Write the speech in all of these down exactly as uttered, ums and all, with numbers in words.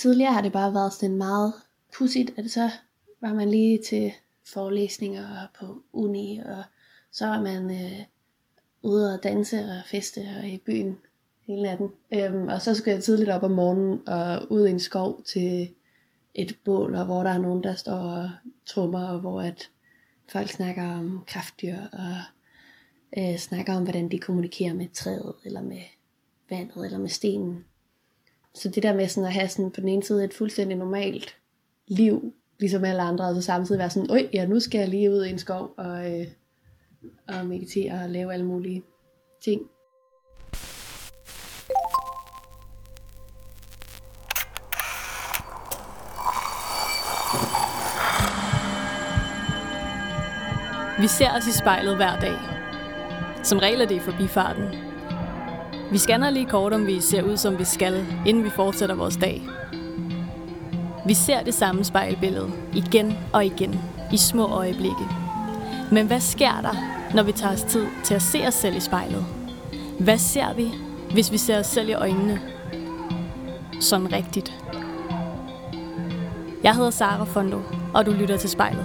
tidligere har det bare været sådan meget pudsigt, at så var man lige til forelæsninger på uni, og så var man øh, ude og danse og feste og i byen hele natten. Øhm, og så skulle jeg tidligt op om morgenen og ud i en skov til et bål, og hvor der er nogen, der står og trommer, og hvor at folk snakker om kræftdyr, og øh, snakker om, hvordan de kommunikerer med træet, eller med vandet, eller med stenen. Så det der med sådan at have sådan på den ene side et fuldstændig normalt liv, ligesom alle andre, og så samtidig være sådan, øj, ja, nu skal jeg lige ud i en skov, og, øh, og meditere og lave alle mulige ting. Vi ser os i spejlet hver dag. Som regel er det i forbifarten. Vi scanner lige kort, om vi ser ud, som vi skal, inden vi fortsætter vores dag. Vi ser det samme spejlbillede igen og igen i små øjeblikke. Men hvad sker der, når vi tager os tid til at se os selv i spejlet? Hvad ser vi, hvis vi ser os selv i øjnene? Sådan rigtigt. Jeg hedder Sara Fondo, og du lytter til Spejlet.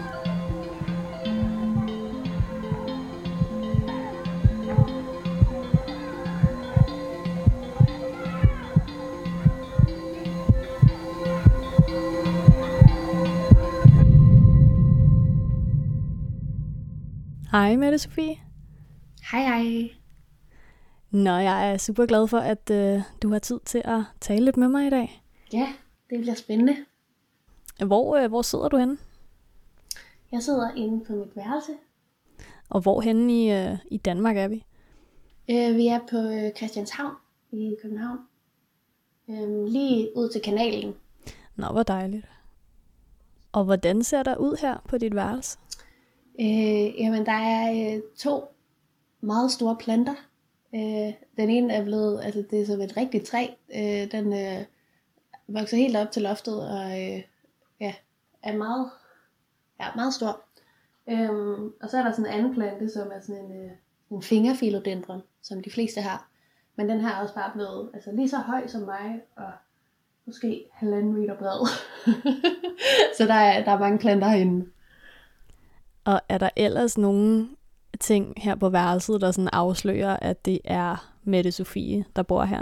Hej Mette Sofie. Hej hej. Nå, jeg er super glad for, at øh, du har tid til at tale lidt med mig i dag. Ja, det bliver spændende. Hvor, øh, hvor sidder du henne? Jeg sidder inde på mit værelse. Og hvor henne i, øh, i Danmark er vi? Øh, vi er på øh, Christianshavn i København. Øh, lige ud til kanalen. Nå, hvor dejligt. Og hvordan ser der ud her på dit værelse? Øh, jamen, der er øh, to meget store planter. Øh, den ene er blevet, altså det er som et rigtigt træ. Øh, den øh, vokser helt op til loftet og øh, ja, er meget, ja, meget stor. Øh, og så er der sådan en anden plante, som er sådan en, øh, en fingerphilodendron, som de fleste har. Men den her er også bare blevet altså, lige så høj som mig, og måske halvanden meter bred. Så der er, der er mange planter herinde. Og er der ellers nogle ting her på værelset, der sådan afslører, at det er Mette Sofie, der bor her?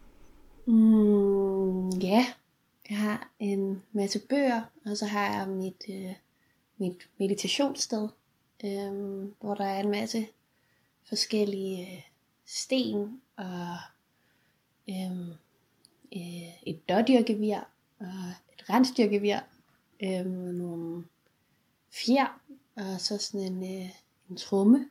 Mm, ja, jeg har en masse bøger, og så har jeg mit, øh, mit meditationssted, øh, hvor der er en masse forskellige øh, sten og øh, øh, et dårdyrgevir og et rensdyrgevir, øh, nogle fjer og så sådan en, øh, en tromme.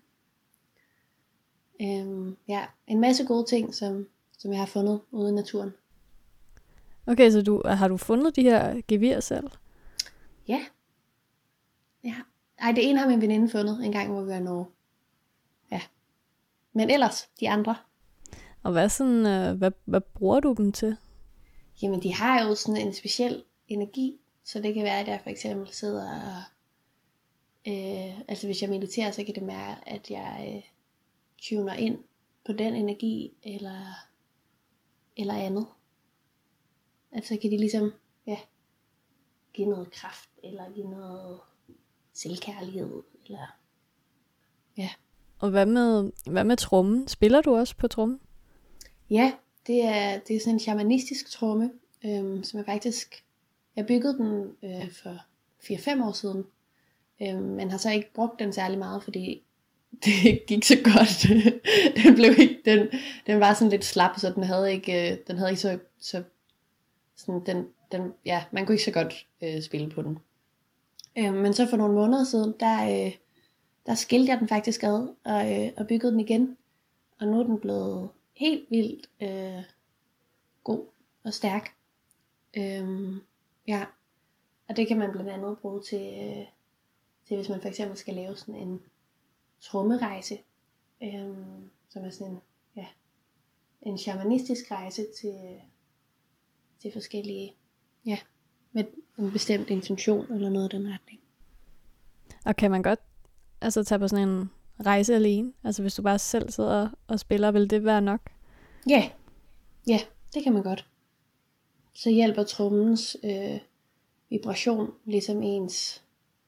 Øh, ja, en masse gode ting, som, som jeg har fundet ude i naturen. Okay, så du, har du fundet de her gevir selv? Ja. Ja. Ej, det ene har min veninde fundet en gang, hvor vi var i Norge. Ja. Men ellers, de andre. Og hvad, sådan, øh, hvad, hvad bruger du dem til? Jamen, de har jo sådan en speciel energi, så det kan være, at jeg for eksempel sidder og øh, altså hvis jeg mediterer, så kan det være, at jeg øh, tuner ind på den energi, eller, eller andet. Altså kan de ligesom, ja, give noget kraft, eller give noget selvkærlighed, eller, ja. Og hvad med, hvad med trommen? Spiller du også på trommen? Ja, det er, det er sådan en shamanistisk tromme, øhm, som jeg faktisk, jeg byggede den øh, for fire fem år siden, øhm, men har så ikke brugt den særlig meget, fordi det gik så godt. den blev ikke, den, den var sådan lidt slap, så den havde ikke, øh, den havde ikke så, så sådan, den, den, ja, man kunne ikke så godt øh, spille på den. Øh, men så for nogle måneder siden, der, øh, der skilte jeg den faktisk ad, og, øh, og byggede den igen, og nu er den blevet helt vildt øh, god og stærk. Øh, ja, og det kan man blandt andet bruge til, øh, til hvis man for eksempel skal lave sådan en trommerejse, øh, som er sådan en, ja, en shamanistisk rejse til, til forskellige, ja, med en bestemt intention eller noget af den retning. Og kan man godt altså tage på sådan en rejse alene? Altså hvis du bare selv sidder og spiller, vil det være nok? Ja, ja, det kan man godt. så hjælper trommens øh, vibration ligesom ens,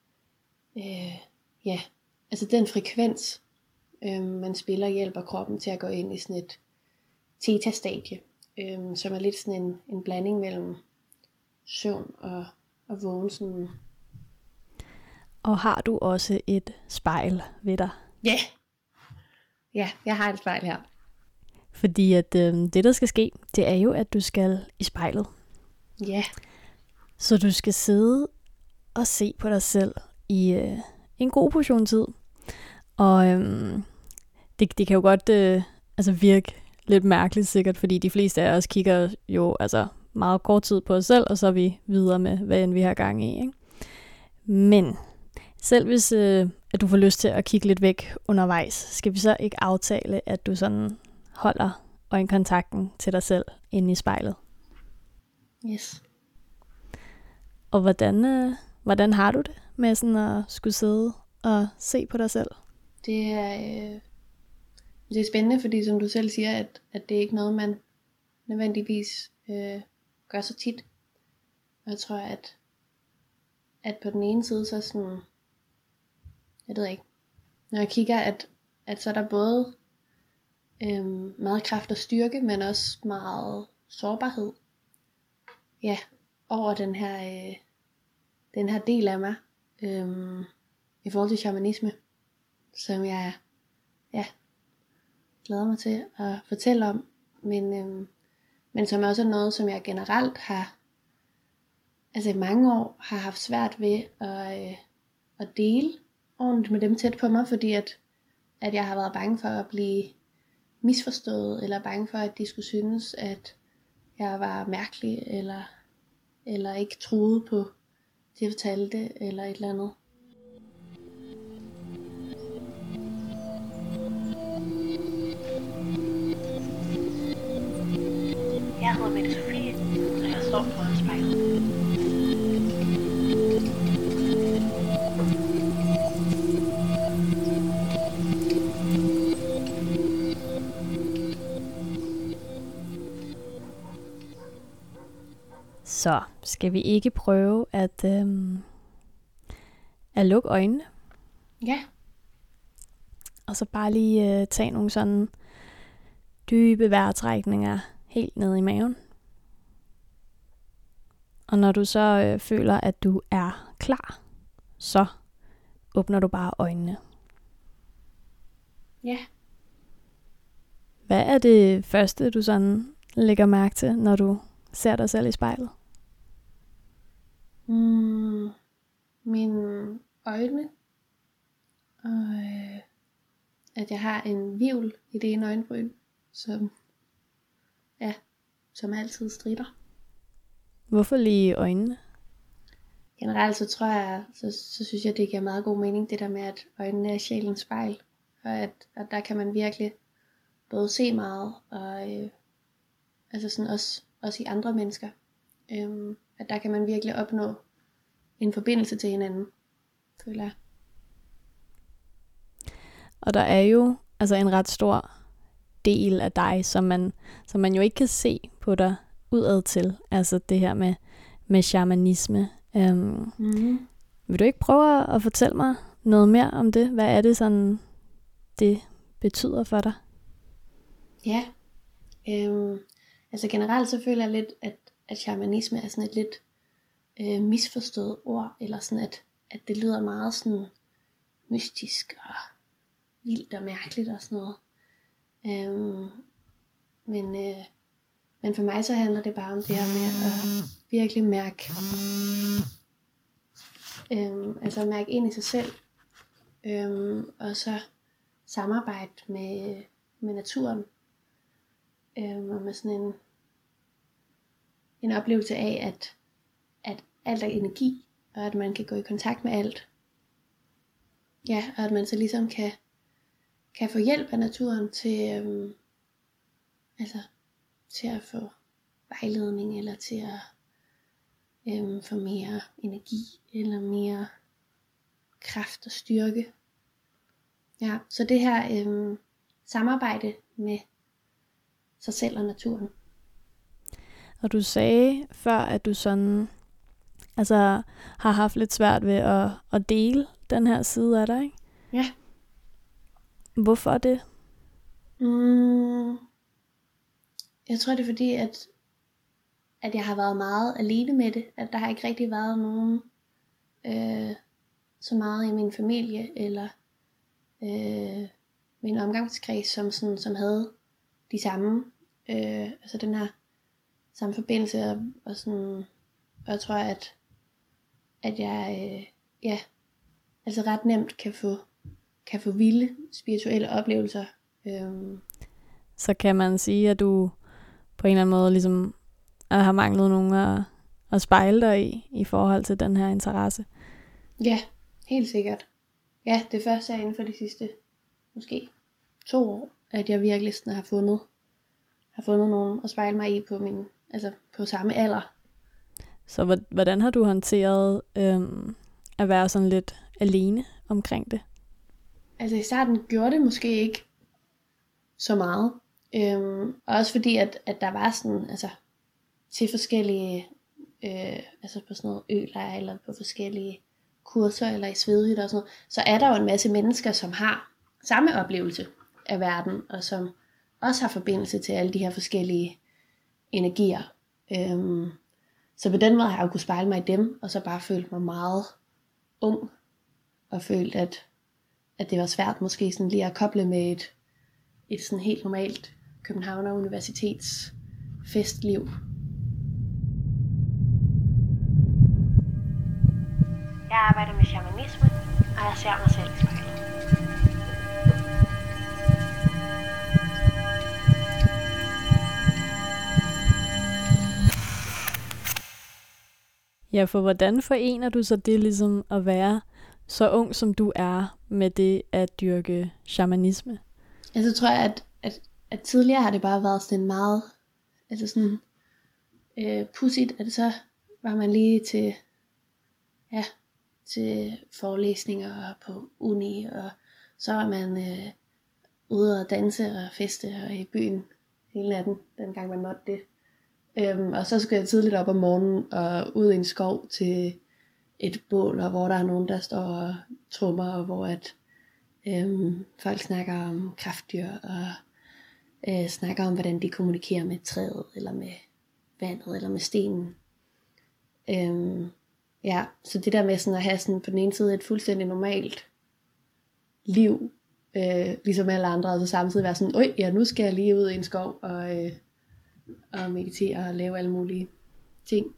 øh, ja, altså den frekvens, øh, man spiller, hjælper kroppen til at gå ind i sådan et theta-stadie, øh, som er lidt sådan en, en blanding mellem søvn og, og vågen. Sådan. Og har du også et spejl ved dig? Ja, yeah. ja, jeg har et spejl her. Fordi at øh, det, der skal ske, det er jo, at du skal i spejlet. Ja. Yeah. Så du skal sidde og se på dig selv i øh, en god portion tid. Og øh, det, det kan jo godt øh, altså virke lidt mærkeligt sikkert, fordi de fleste af os kigger jo altså meget kort tid på os selv, og så er vi videre med, hvad end vi har gang i. Ikke? Men selv hvis øh, at du får lyst til at kigge lidt væk undervejs, skal vi så ikke aftale, at du sådan holder øjenkontakten til dig selv inde i spejlet? Yes. Og hvordan, øh, hvordan har du det med sådan at skulle sidde og se på dig selv? Det er, øh, det er spændende, fordi som du selv siger, at, at det er ikke noget, man nødvendigvis øh, gør så tit. Og jeg tror, at, at på den ene side, så sådan, jeg ved ikke, når jeg kigger, at, at så er der både øh, meget kraft og styrke, men også meget sårbarhed. Ja, over den her, øh, den her del af mig, øh, i forhold til shamanisme, som jeg ja, glæder mig til at fortælle om, men, øh, men som også er noget, som jeg generelt har, altså i mange år, har haft svært ved at, øh, at dele ordentligt med dem tæt på mig, fordi at, at jeg har været bange for at blive misforstået, eller bange for, at de skulle synes, at jeg var mærkelig, eller, eller ikke troede på det, jeg fortalte, eller et eller andet. Jeg hedder Mette Sofie, og jeg står foran spejlet. Så skal vi ikke prøve at, øhm, at lukke øjnene? Ja. Og så bare lige øh, tage nogle sådan dybe vejrtrækninger helt ned i maven. Og når du så øh, føler, at du er klar, så åbner du bare øjnene. Ja. Hvad er det første, du sådan lægger mærke til, når du ser dig selv i spejlet? Mm, mine øjne. Og øh, at jeg har en hvirvel i det ene øjenbryn, som, ja, som altid stritter. Hvorfor lige øjnene? Generelt så tror jeg, så, så synes jeg, det giver meget god mening, det der med, at øjnene er sjælens spejl. Og at, at der kan man virkelig både se meget, og øh, altså sådan også, også i andre mennesker. Øhm, at der kan man virkelig opnå en forbindelse til hinanden, føler jeg. Og der er jo altså en ret stor del af dig, som man, som man jo ikke kan se på dig udad til. Altså det her med, med shamanisme. Um, mm-hmm. Vil du ikke prøve at fortælle mig noget mere om det? Hvad er det sådan, det betyder for dig? Ja, øhm, altså generelt så føler jeg lidt, at, at shamanisme er sådan et lidt øh, misforstået ord, eller sådan at, at det lyder meget sådan mystisk og vildt og mærkeligt og sådan noget. Øhm, men, øh, men for mig så handler det bare om det her med at virkelig mærke, øhm, altså mærke ind i sig selv, øhm, og så samarbejde med, med naturen, øhm, og med sådan en, en oplevelse af, at, at alt er energi, og at man kan gå i kontakt med alt. Ja, og at man så ligesom kan, kan få hjælp af naturen til, øhm, altså, til at få vejledning, eller til at øhm, få mere energi, eller mere kraft og styrke. Ja, så det her øhm, samarbejde med sig selv og naturen. Og du sagde før, at du sådan, altså, har haft lidt svært ved at, at dele den her side af dig, ikke? Ja. Hvorfor det? Mm, jeg tror, det er fordi, at, at jeg har været meget alene med det. At der har ikke rigtig været nogen øh, så meget i min familie, eller øh, min omgangskreds, som, sådan, som havde de samme, øh, altså den her samme forbindelse, og, og sådan, og jeg tror, at, at jeg, øh, ja, altså ret nemt kan få, kan få vilde spirituelle oplevelser. Øh, Så kan man sige, at du på en eller anden måde ligesom har manglet nogen at, at spejle dig i, i forhold til den her interesse. Ja, helt sikkert. Ja, det første er inden for de sidste, måske to år, at jeg virkelig sådan har fundet, har fundet nogen at spejle mig i på min, altså på samme alder. Så hvordan har du håndteret øhm, at være sådan lidt alene omkring det? Altså i starten gjorde det måske ikke så meget. Øhm, også fordi, at, at der var sådan, altså til forskellige, øh, altså på sådan noget ølejre, eller på forskellige kurser, eller i svedhytter og sådan noget, så er der jo en masse mennesker, som har samme oplevelse af verden, og som også har forbindelse til alle de her forskellige energier. Øhm, så på den måde har jeg jo kunnet spejle mig i dem, og så bare følt mig meget ung, og følt, at, at det var svært måske sådan lige at koble med et, et sådan helt normalt Københavner Universitets festliv. Jeg arbejder med shamanisme, og jeg ser mig selv i spejlet. Ja, for hvordan forener du så det ligesom at være så ung som du er med det at dyrke shamanisme? Altså tror jeg, at, at, at tidligere har det bare været sådan meget, altså sådan øh, pudsigt, at så var man lige til, ja, til forelæsninger på uni, og så var man øh, ude og danse og feste og i byen hele natten, dengang man måtte det. Øhm, og så skulle jeg tidligt op om morgenen og ud i en skov til et bål, og hvor der er nogen, der står og trommer, og hvor at øhm, folk snakker om kræftdyr, og øh, snakker om, hvordan de kommunikerer med træet, eller med vandet, eller med stenen. Øhm, ja, så det der med sådan at have sådan på den ene side et fuldstændig normalt liv, øh, ligesom alle andre, og så samtidig være sådan, øj, ja, nu skal jeg lige ud i en skov, og øh, og meditere og lave alle mulige ting.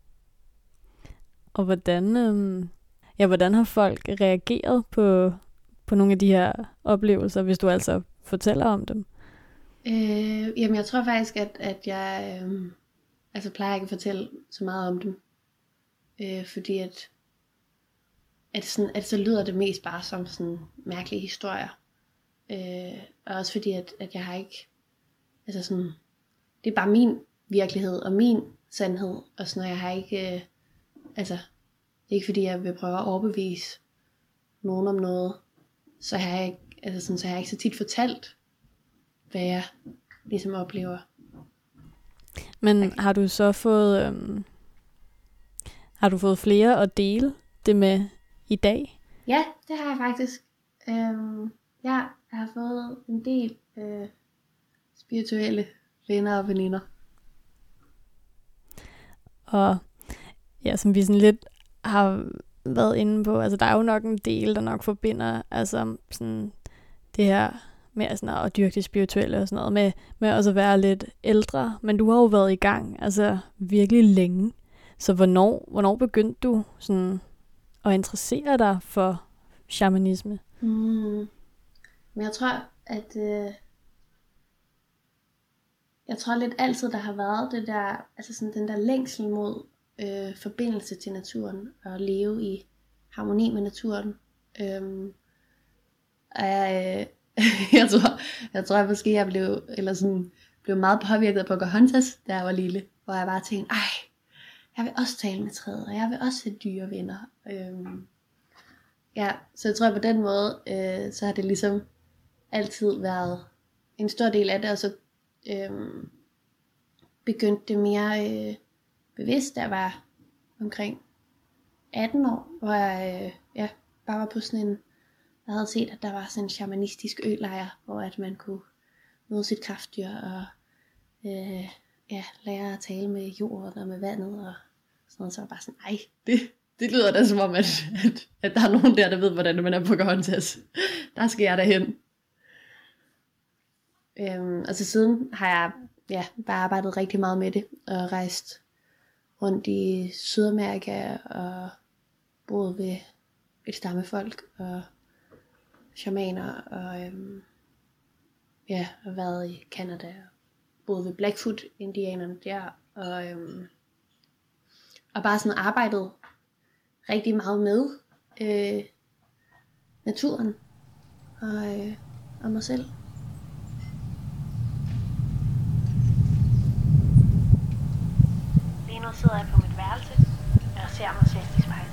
Og hvordan, øhm, ja, hvordan har folk reageret på, på nogle af de her oplevelser, hvis du altså fortæller om dem? Øh, jamen jeg tror faktisk, at, at jeg øh, altså plejer ikke at fortælle så meget om dem. Øh, fordi at, at, sådan, at så lyder det mest bare som sådan mærkelige historier. Øh, og også fordi, at, at jeg har ikke, altså sådan, det er bare min virkelighed og min sandhed, og sådan, jeg har ikke, øh, altså, det er ikke fordi, jeg vil prøve at overbevise nogen om noget, så har jeg ikke, altså sådan, så har jeg ikke så tit fortalt, hvad jeg ligesom oplever. Men Okay. har du så fået, øhm, har du fået flere at dele det med i dag? Ja, det har jeg faktisk. Øhm, jeg har fået en del øh, spirituelle venner og veninder. Og ja, som vi sådan lidt har været inde på, altså der er jo nok en del, der nok forbinder altså sådan det her med sådan at dyrke det spirituelle og sådan noget, med, med også at være lidt ældre. Men du har jo været i gang, altså virkelig længe. Så hvornår, hvornår begyndte du sådan at interessere dig for shamanisme? Mm. Men jeg tror, at øh, jeg tror lidt altid, der har været det der, altså sådan den der længsel mod øh, forbindelse til naturen, og leve i harmoni med naturen. Øhm, og jeg, øh, jeg tror, jeg tror at måske jeg blev, eller sådan, blev meget påvirket af Pocahontas, da jeg var lille, hvor jeg bare tænkte, ej, jeg vil også tale med træet, og jeg vil også have dyrevenner. Øhm, ja, så jeg tror at på den måde, øh, så har det ligesom altid været en stor del af det, og så øhm, begyndte det mere øh, bevidst, da jeg var omkring atten år, hvor jeg øh, ja, bare var på sådan en, jeg havde set, at der var sådan en shamanistisk ølejr, hvor at man kunne møde sit kraftdyr og øh, ja, lære at tale med jorden og med vandet og sådan noget. Så var jeg bare sådan, ej, det, det lyder da som om, at, at, at der er nogen der, der ved, hvordan man er Pocahontas. Der skal jeg derhen. Øhm, og så siden har jeg ja, bare arbejdet rigtig meget med det, og rejst rundt i Sydamerika, og boet ved et stammefolk, og shamaner, og øhm, ja, har været i Canada, og boet ved Blackfoot-indianerne der, og, øhm, og bare sådan arbejdet rigtig meget med øh, naturen, og, øh, og mig selv. Lige nu sidder jeg på mit værelse, og ser mig selv i spejlet.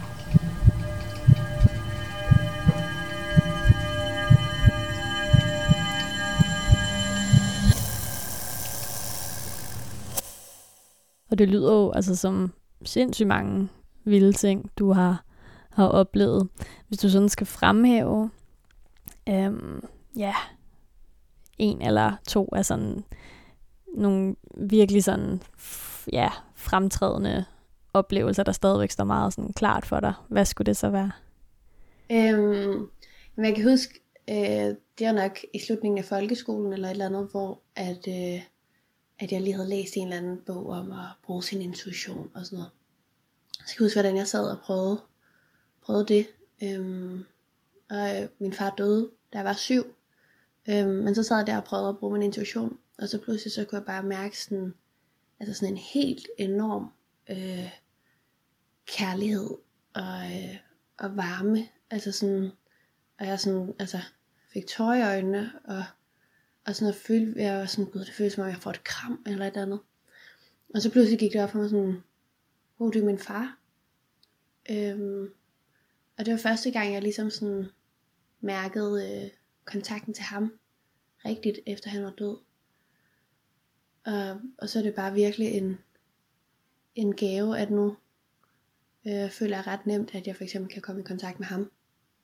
Og det lyder jo altså som sindssygt mange vilde ting, du har, har oplevet. Hvis du sådan skal fremhæve øhm, ja, en eller to af sådan nogle virkelig sådan ja, fremtrædende oplevelser, der stadigvæk står meget sådan klart for dig. Hvad skulle det så være? Øhm, jeg kan huske, øh, det er nok i slutningen af folkeskolen eller et eller andet, hvor at, øh, at jeg lige havde læst en eller anden bog om at bruge sin intuition og sådan noget. Så jeg kan huske, hvordan jeg sad og prøvede, prøvede det. Øhm, og øh, min far døde, da jeg var syv. Øhm, men så sad jeg der og prøvede at bruge min intuition. Og så pludselig så kunne jeg bare mærke sådan, altså sådan en helt enorm øh, kærlighed og, øh, og varme. Altså sådan, og jeg sådan, altså fik tårer i øjnene, og, og sådan at føle, jeg var sådan, gud, det føles som om jeg får et kram eller et andet. Og så pludselig gik det op for mig sådan, oh, det er min far. Øhm, og det var første gang, jeg ligesom sådan mærkede øh, kontakten til ham rigtigt, efter han var død. Og, og så er det bare virkelig en, en gave, at nu øh, føler jeg ret nemt, at jeg for eksempel kan komme i kontakt med ham.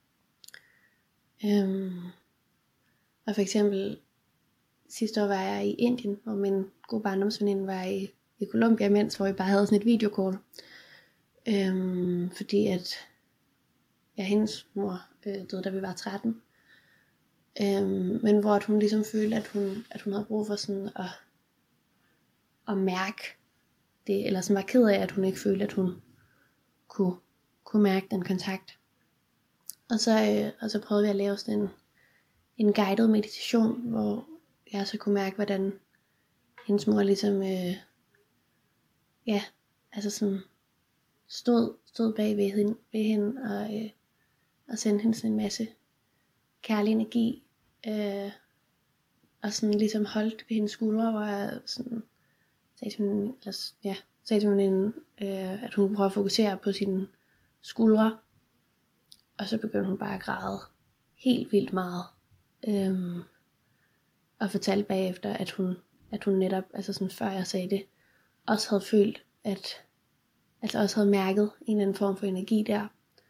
Øhm, og for eksempel sidste år var jeg i Indien, hvor min gode barndomsveninde var i, i Colombia imens, hvor vi bare havde sådan et videokort. Øhm, fordi at ja, hendes mor øh, døde, da vi var tretten. Øhm, men hvor at hun ligesom følte, at hun, at hun havde brug for sådan at, at mærke det, eller sådan var ked af, at hun ikke følte, at hun kunne, kunne mærke den kontakt. Og så, øh, og så prøvede vi at lave sådan en, en guided meditation, hvor jeg så kunne mærke, hvordan hendes mor ligesom, øh, ja, altså sådan stod, stod bag ved hende, ved hende og, øh, og sendte hende sådan en masse kærlig energi, øh, og sådan ligesom holdt ved hendes skuldre, hvor jeg sådan sagde til hende, eller, ja, sagde til hende, øh, at hun prøver at fokusere på sine skuldre, og så begyndte hun bare at græde helt vildt meget, øh, og fortalte bagefter, at hun, at hun netop, altså sådan før jeg sagde det, også havde følt, at, altså også havde mærket en eller anden form for energi der,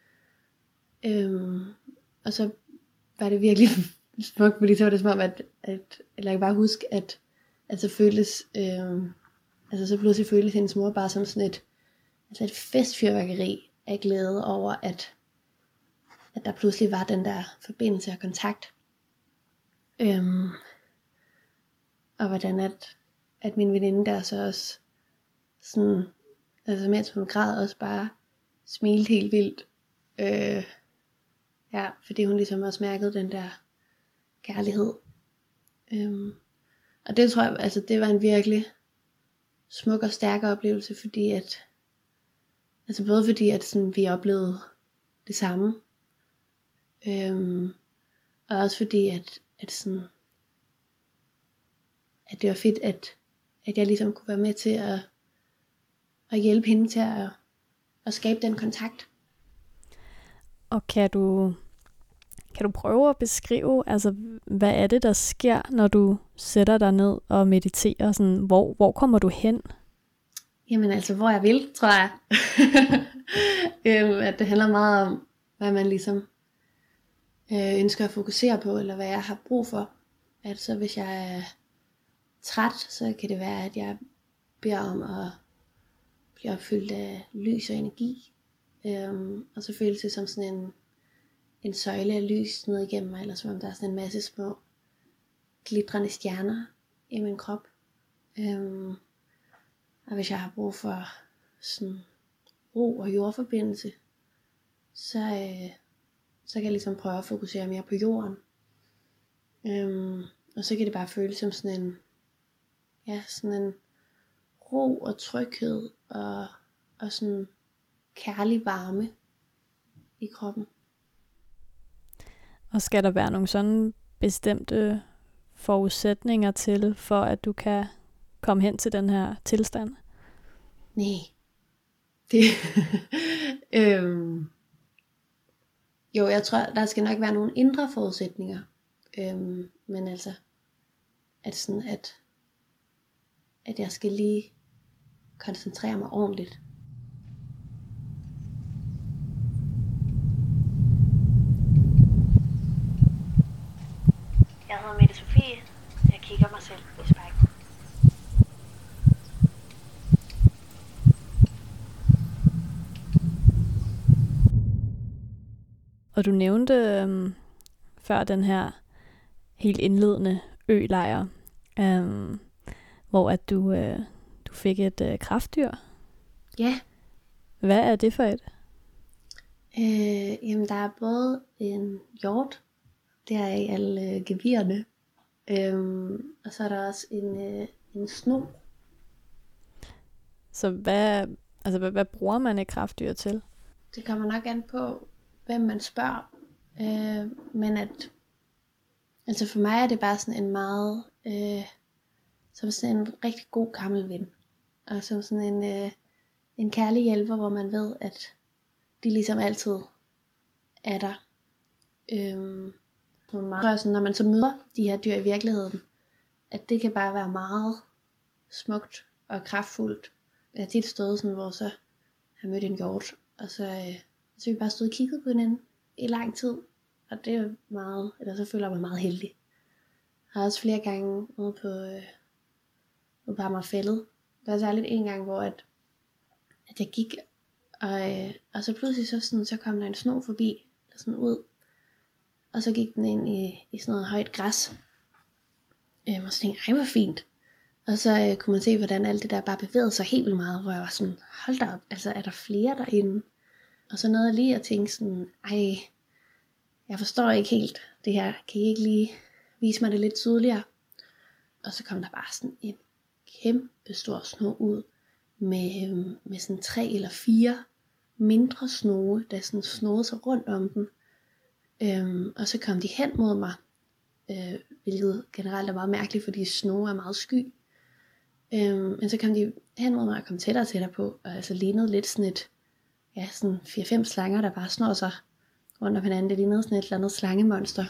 øh, og så var det virkelig smukt, fordi så var det som om, at, at eller jeg kan bare huske, at, at så føltes, øh, altså så pludselig føltes hendes mor bare som sådan et, altså et festfyrværkeri af glæde over, at, at der pludselig var den der forbindelse og kontakt. Øhm, og hvordan at, at min veninde der så også sådan, altså mens hun græd, også bare smilte helt vildt. Øh, ja, fordi hun ligesom også mærkede den der kærlighed. Øhm, og det tror jeg, altså det var en virkelig smuk og stærk oplevelse, fordi at, altså både fordi at sådan, vi oplevede det samme, øhm, og også fordi at, at sådan, at det var fedt, at, at jeg ligesom kunne være med til at, at hjælpe hende til at, at skabe den kontakt. Og kan du, Kan du prøve at beskrive, altså, hvad er det, der sker, når du sætter dig ned og mediterer? Sådan, hvor, hvor kommer du hen? Jamen altså, hvor jeg vil, tror jeg. øhm, at det handler meget om, hvad man ligesom øh, ønsker at fokusere på, eller hvad jeg har brug for. Altså hvis jeg er træt, så kan det være, at jeg beder om at blive opfyldt af lys og energi. Øhm, og så føles det som sådan en, en søjle af lys ned igennem mig, eller som om der er sådan en masse små glitrende stjerner i min krop. Øhm, og hvis jeg har brug for sådan ro og jordforbindelse, så, øh, så kan jeg ligesom prøve at fokusere mere på jorden. Øhm, og så kan det bare føles som sådan en, ja, sådan en ro og tryghed og, og sådan kærlig varme i kroppen. Og skal der være nogle sådan bestemte forudsætninger til, for at du kan komme hen til den her tilstand? Nej. Det, øhm, jo, jeg tror, der skal nok være nogle indre forudsætninger. Øhm, men altså, at sådan, at, at jeg skal lige koncentrere mig ordentligt. Jeg hedder Mette Sofie. Jeg kigger mig selv i spejlet. Og du nævnte øhm, før den her helt indledende ø-lejr, øhm, hvor at du, øh, du fik et øh, kraftdyr. Ja. Hvad er det for et? Øh, jamen der er både en hjort, det er i alle øh, gevirerne, øhm, og så er der også en, øh, en sno. Så hvad, altså, hvad, hvad bruger man et kraftdyr til? Det kommer nok an på, hvem man spørger, øh, men at, altså for mig er det bare sådan en meget, øh, som sådan en rigtig god gammel ven, og som sådan en, øh, en kærlig hjælper, hvor man ved, at de ligesom altid er der. Øhm, meget, sådan, når man så møder de her dyr i virkeligheden, at det kan bare være meget smukt og kraftfuldt. Jeg har tit stået sådan, hvor så har mødt en hjort, og så, øh, så vi bare stået og kigget på hinanden i lang tid, og det er meget, eller så føler jeg mig meget heldig. Jeg har også flere gange ude på, øh, ude på Amagerfællet. Der er særligt en gang, hvor at, at jeg gik, og, øh, og så pludselig så, sådan, så kom der en sno forbi, der sådan ud, og så gik den ind i, i sådan noget højt græs. Øhm, og så tænkte jeg, ej hvor fint. Og så øh, kunne man se, hvordan alt det der bare bevægede sig helt vildt meget, hvor jeg var sådan, hold da op, altså er der flere derinde? Og så nåede jeg lige at tænke sådan, ej, jeg forstår ikke helt det her, kan I ikke lige vise mig det lidt tydeligere? Og så kom der bare sådan en kæmpe stor sno ud, med, øhm, med sådan tre eller fire mindre snoge, der sådan snodede sig rundt om den. Øhm, og så kom de hen mod mig, øh, hvilket generelt er meget mærkeligt, fordi snoge er meget sky. Øhm, men så kom de hen mod mig og kom tættere og tættere på, og altså lignede lidt sådan et, ja, sådan fire fem slanger, der bare snor sig rundt om hinanden. Det lignede sådan et eller andet slangemonster.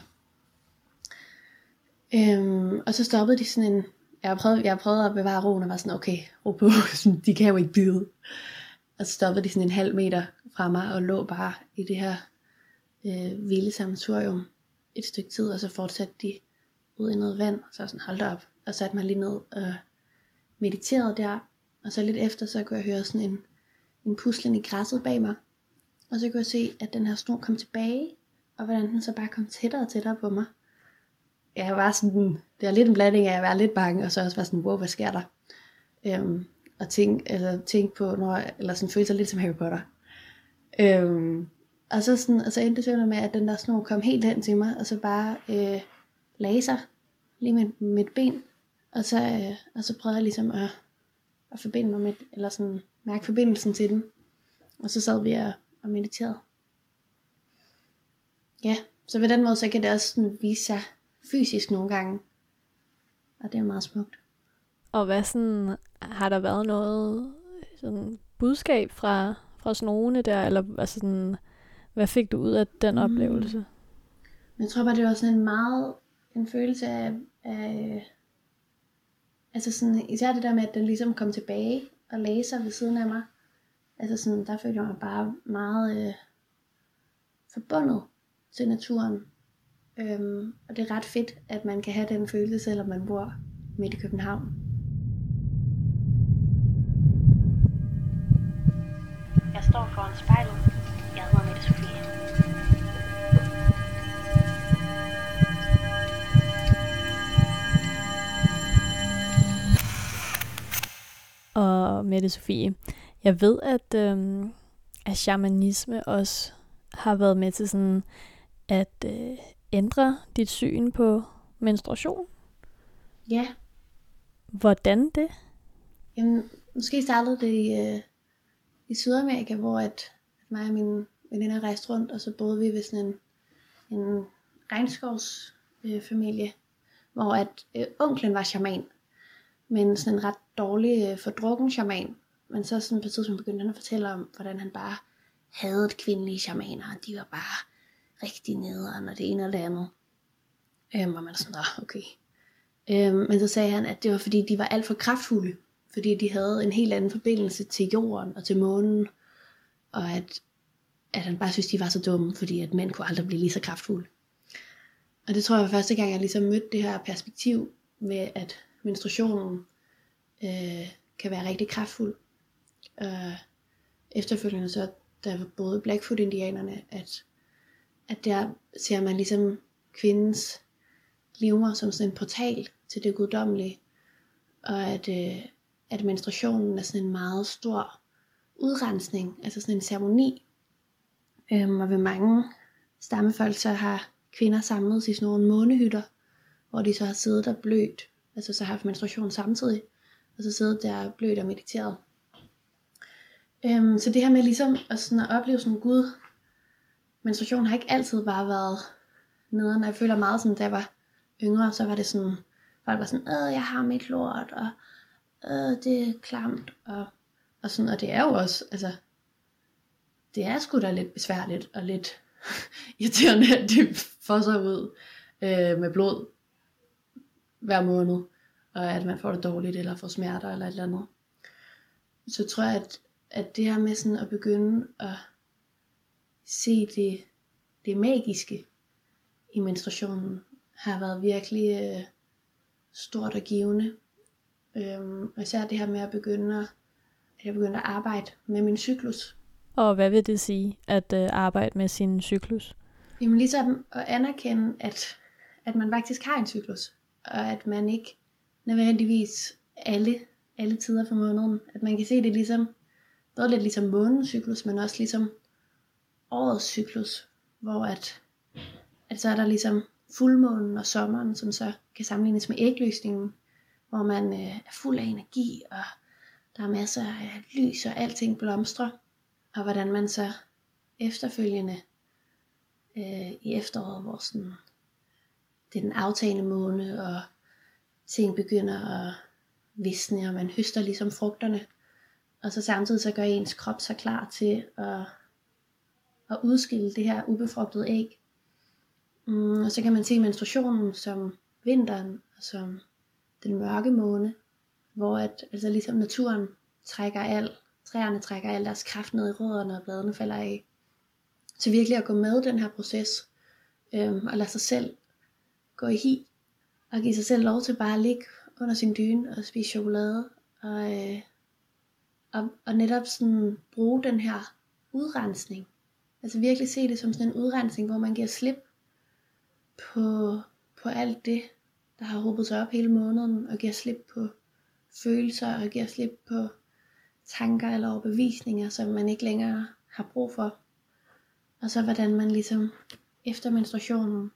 Øhm, og så stoppede de sådan en, jeg har prøvet, jeg har prøvet at bevare roen og var sådan, okay, ro på, de kan jo ikke bide. Og så stoppede de sådan en halv meter fra mig og lå bare i det her øh, vilde sammensurium et stykke tid, og så fortsatte de ud i noget vand, og så sådan holdt op, og satte mig lige ned og mediterede der, og så lidt efter, så kunne jeg høre sådan en, en puslen i græsset bag mig, og så kunne jeg se, at den her sno kom tilbage, og hvordan den så bare kom tættere og tættere på mig. Jeg var sådan, det er lidt en blanding af at være lidt bange, og så også var sådan, wow, hvad sker der? Øhm, og tænke altså, tænk på, når, eller sådan føle sig lidt som Harry Potter. Øhm, og så, sådan, og så endte det sådan med, at den der sno kom helt hen til mig, og så bare øh, lagde sig lige med mit ben, og så, øh, og så prøvede jeg ligesom at, at forbinde mig med, eller sådan mærke forbindelsen til den, og så sad vi og, og mediterede. Ja, så på den måde, så kan det også sådan vise sig fysisk nogle gange, og det er meget smukt. Og hvad sådan, har der været noget sådan budskab fra, fra snoene der, eller altså sådan, hvad fik du ud af den oplevelse? Men jeg tror bare, det var sådan en meget, en følelse af, af altså sådan, især det der med, at den ligesom kom tilbage og lagde sig ved siden af mig. Altså sådan, der følte jeg mig bare meget øh, forbundet til naturen. Øhm, og det er ret fedt, at man kan have den følelse, selvom man bor midt i København. Jeg står foran spejlet. Jeg hedder Mette Sofie. Og Mette Sofie, jeg ved, at, øhm, at shamanisme også har været med til sådan at øh, ændre dit syn på menstruation. Ja. Hvordan det? Jamen, måske startede det i, øh, i Sydamerika, hvor at, at mig og mine veninder rejste rundt, og så boede vi ved sådan en, en regnskovsfamilie, øh, hvor at øh, onklen var shaman, men sådan en ret dårlig øh, fordrukken shaman. Men så sådan på et tidspunkt begyndte han at fortælle om, hvordan han bare havde et kvindelige shamaner, og de var bare rigtig nederen, og det ene og det andet. Øhm, og man er sådan, okay. Øhm, men så sagde han, at det var fordi, de var alt for kraftfulde, fordi de havde en helt anden forbindelse til jorden og til månen, og at, at han bare synes, de var så dumme, fordi at mænd kunne aldrig blive lige så kraftfulde. Og det tror jeg var første gang, jeg ligesom mødte det her perspektiv med, at menstruationen øh, kan være rigtig kraftfuld. Og efterfølgende så, der var både Blackfoot-indianerne, at, at der ser man ligesom kvindens livmoder som sådan en portal til det guddommelige, og at, øh, at menstruationen er sådan en meget stor udrensning, altså sådan en ceremoni. Øhm, og ved mange stammefolk så har kvinder samlet i sådan nogle månehytter, hvor de så har siddet og blødt, altså så har haft menstruation samtidig, og så siddet der blødt og mediteret. Øhm, så det her med ligesom at, sådan at opleve sådan Gud, menstruation har ikke altid bare været nederen. Jeg føler meget sådan, da jeg var yngre, så var det sådan, folk var sådan, øh, jeg har mit lort, og øh, det er klamt, og, og sådan, og det er jo også, altså, det er sgu da lidt besværligt, og lidt irriterende, at det får sig ud øh, med blod hver måned, og at man får det dårligt, eller får smerter, eller et eller andet. Så tror jeg, at, at det her med sådan at begynde at se det, det magiske i menstruationen, har været virkelig øh, stort og givende. Øhm, og især det her med at begynde at, at jeg begyndte at arbejde med min cyklus. Og hvad vil det sige, at øh, arbejde med sin cyklus? Jamen ligesom at anerkende, at, at man faktisk har en cyklus, og at man ikke nødvendigvis alle, alle tider for måneden, at man kan se det ligesom, både lidt ligesom månens cyklus, men også ligesom årets cyklus, hvor at, at så er der ligesom fuldmånen og sommeren, som så kan sammenlignes med ægløsningen, hvor man øh, er fuld af energi, og der er masser af lys, og alting blomstrer, og hvordan man så efterfølgende øh, i efteråret, hvor sådan, det er den aftagende måne, og ting begynder at visne, og man høster ligesom frugterne, og så samtidig så gør ens krop sig klar til at, at udskille det her ubefrugtede æg. Mm, og så kan man se menstruationen som vinteren, og som den mørke måne, hvor at, altså ligesom naturen trækker al, træerne trækker al deres kraft ned i rødderne, og bladene falder af. Så virkelig at gå med den her proces, øhm, og lade sig selv gå i hi, og give sig selv lov til bare at ligge under sin dyne og spise chokolade, og, øh, og, og netop sådan bruge den her udrensning. Altså virkelig se det som sådan en udrensning, hvor man giver slip på, på alt det, der har hobet sig op hele måneden, og giver slip på følelser, og giver slip på tanker eller overbevisninger, som man ikke længere har brug for. Og så hvordan man ligesom efter menstruationen,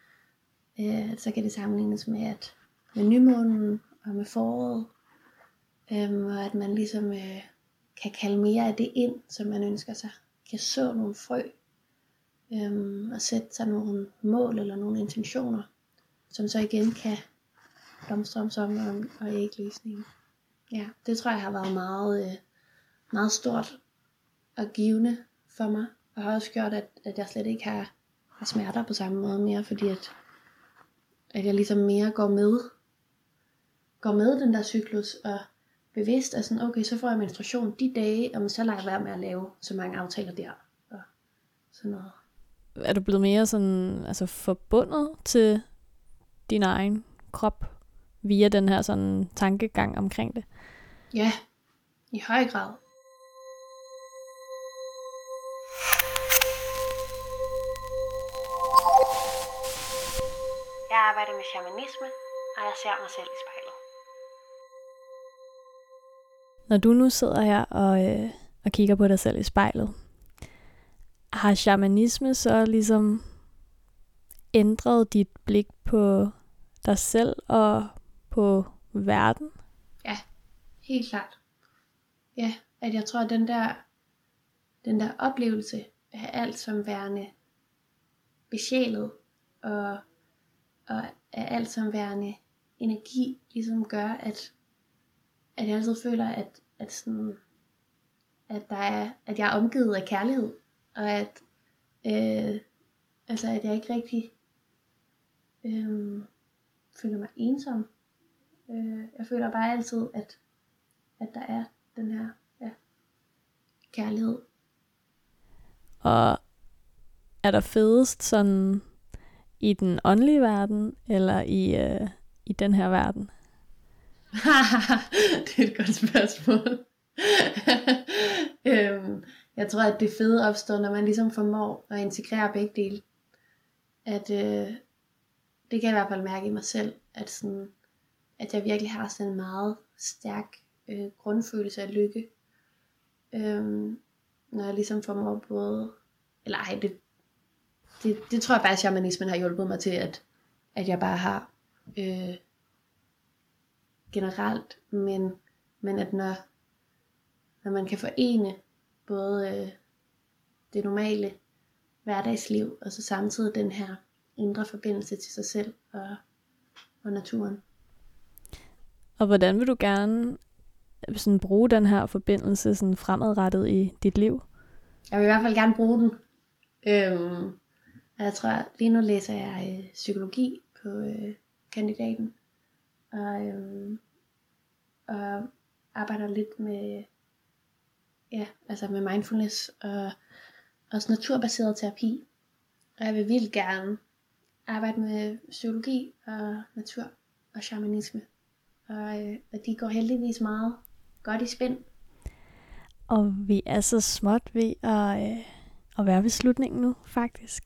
øh, så kan det sammenlignes med at med nymånen og med foråret, øh, og at man ligesom øh, kan kalde mere af det ind, som man ønsker sig, kan så nogle frø, øh, og sætte sig nogle mål eller nogle intentioner, som så igen kan blomstre om sommeren og ægløsningen. Ja, det tror jeg har været meget, øh, meget stort og givende for mig, og har også gjort, at, at jeg slet ikke har har smerter på samme måde mere, fordi at, at jeg ligesom mere går med, går med den der cyklus, og bevidst er sådan, okay, så får jeg menstruation de dage, og så lader jeg være med at lave så mange aftaler der, og sådan noget. Er du blevet mere sådan, altså forbundet til din egen krop, via den her sådan tankegang omkring det? Ja, i høj grad. Jeg arbejder med shamanisme, og jeg ser mig selv i spejlet. Når du nu sidder her og, øh, og kigger på dig selv i spejlet, har shamanisme så ligesom ændret dit blik på dig selv og på verden? Ja, helt klart. Ja, at jeg tror, at den der, den der oplevelse af alt som værende besjælet og, og af alt som værende energi, ligesom gør, at, at jeg altid føler, at, at, sådan, at, der er, at jeg er omgivet af kærlighed, og at, øh, altså at jeg ikke rigtig øh, føler mig ensom. Øh, jeg føler bare altid, at, at der er den her ja, kærlighed. Og er der fedest sådan i den åndelige verden, eller i, øh, i den her verden? Det er et godt spørgsmål. øhm, jeg tror, at det fede opstår, når man ligesom formår at integrere begge dele. At øh, det kan jeg i hvert fald mærke i mig selv, at, sådan, at jeg virkelig har sådan en meget stærk øh, grundfølelse af lykke. Øhm, når jeg ligesom formår både, eller ej, det, det, det tror jeg bare, at shamanismen har hjulpet mig til, at, at jeg bare har øh, generelt, men, men at når, når man kan forene både øh, det normale hverdagsliv, og så samtidig den her indre forbindelse til sig selv og, og naturen. Og hvordan vil du gerne sådan bruge den her forbindelse sådan fremadrettet i dit liv? Jeg vil i hvert fald gerne bruge den. Øhm, jeg tror, lige nu læser jeg øh, psykologi på øh, kandidaten, og, øhm, og arbejder lidt med, ja, altså med mindfulness og også naturbaseret terapi. Og jeg vil vildt gerne arbejde med psykologi og natur og shamanisme. Og, øh, og de går heldigvis meget godt i spænd. Og vi er så småt ved at, øh, at være ved slutningen nu, faktisk.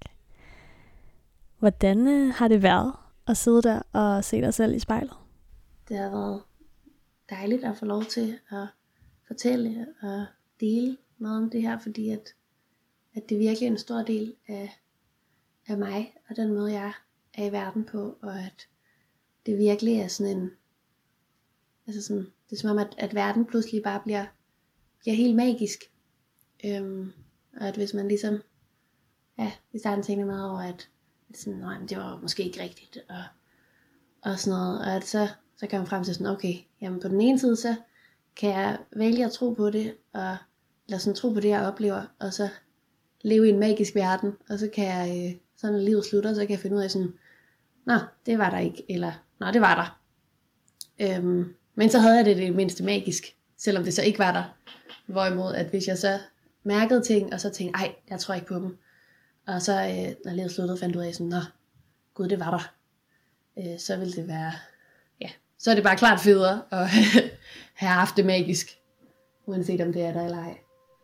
Hvordan øh, har det været at sidde der og se dig selv i spejlet? Det har været dejligt at få lov til at fortælle og dele noget om det her, fordi at, at det virkelig er en stor del af, af mig og den måde, jeg er i verden på, og at det virkelig er sådan en, altså sådan, det er som om, at, at verden pludselig bare bliver, bliver helt magisk. Øhm, og at hvis man ligesom, ja, i starten tænkte meget over, at, at sådan, nej, men det var måske ikke rigtigt, og, og sådan noget, og at så, så kan man frem til sådan, okay, jamen på den ene side, så kan jeg vælge at tro på det, og eller sådan tro på det, jeg oplever, og så leve i en magisk verden, og så kan jeg, så når livet slutter, så kan jeg finde ud af sådan, nå, det var der ikke, eller, nå, det var der. Øhm, men så havde jeg det det mindste magisk, selvom det så ikke var der. Hvorimod, at hvis jeg så mærkede ting, og så tænkte, ej, jeg tror ikke på dem, og så, øh, når livet sluttede, fandt ud af sådan, nå, gud, det var der. Øh, så ville det være, ja, så er det bare klart federe, at have haft det magisk, uanset om det er der eller ej.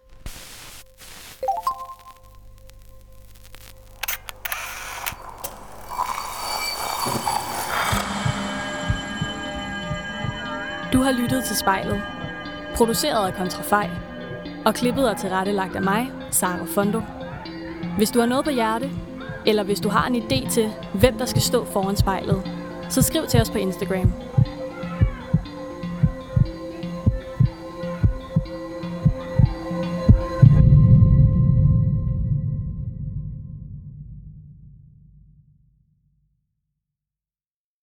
Du har lyttet til Spejlet, produceret af Kontrafej, og klippet og tilrettelagt af mig, Sara Fondo. Hvis du har noget på hjerte, eller hvis du har en idé til, hvem der skal stå foran spejlet, så skriv til os på Instagram.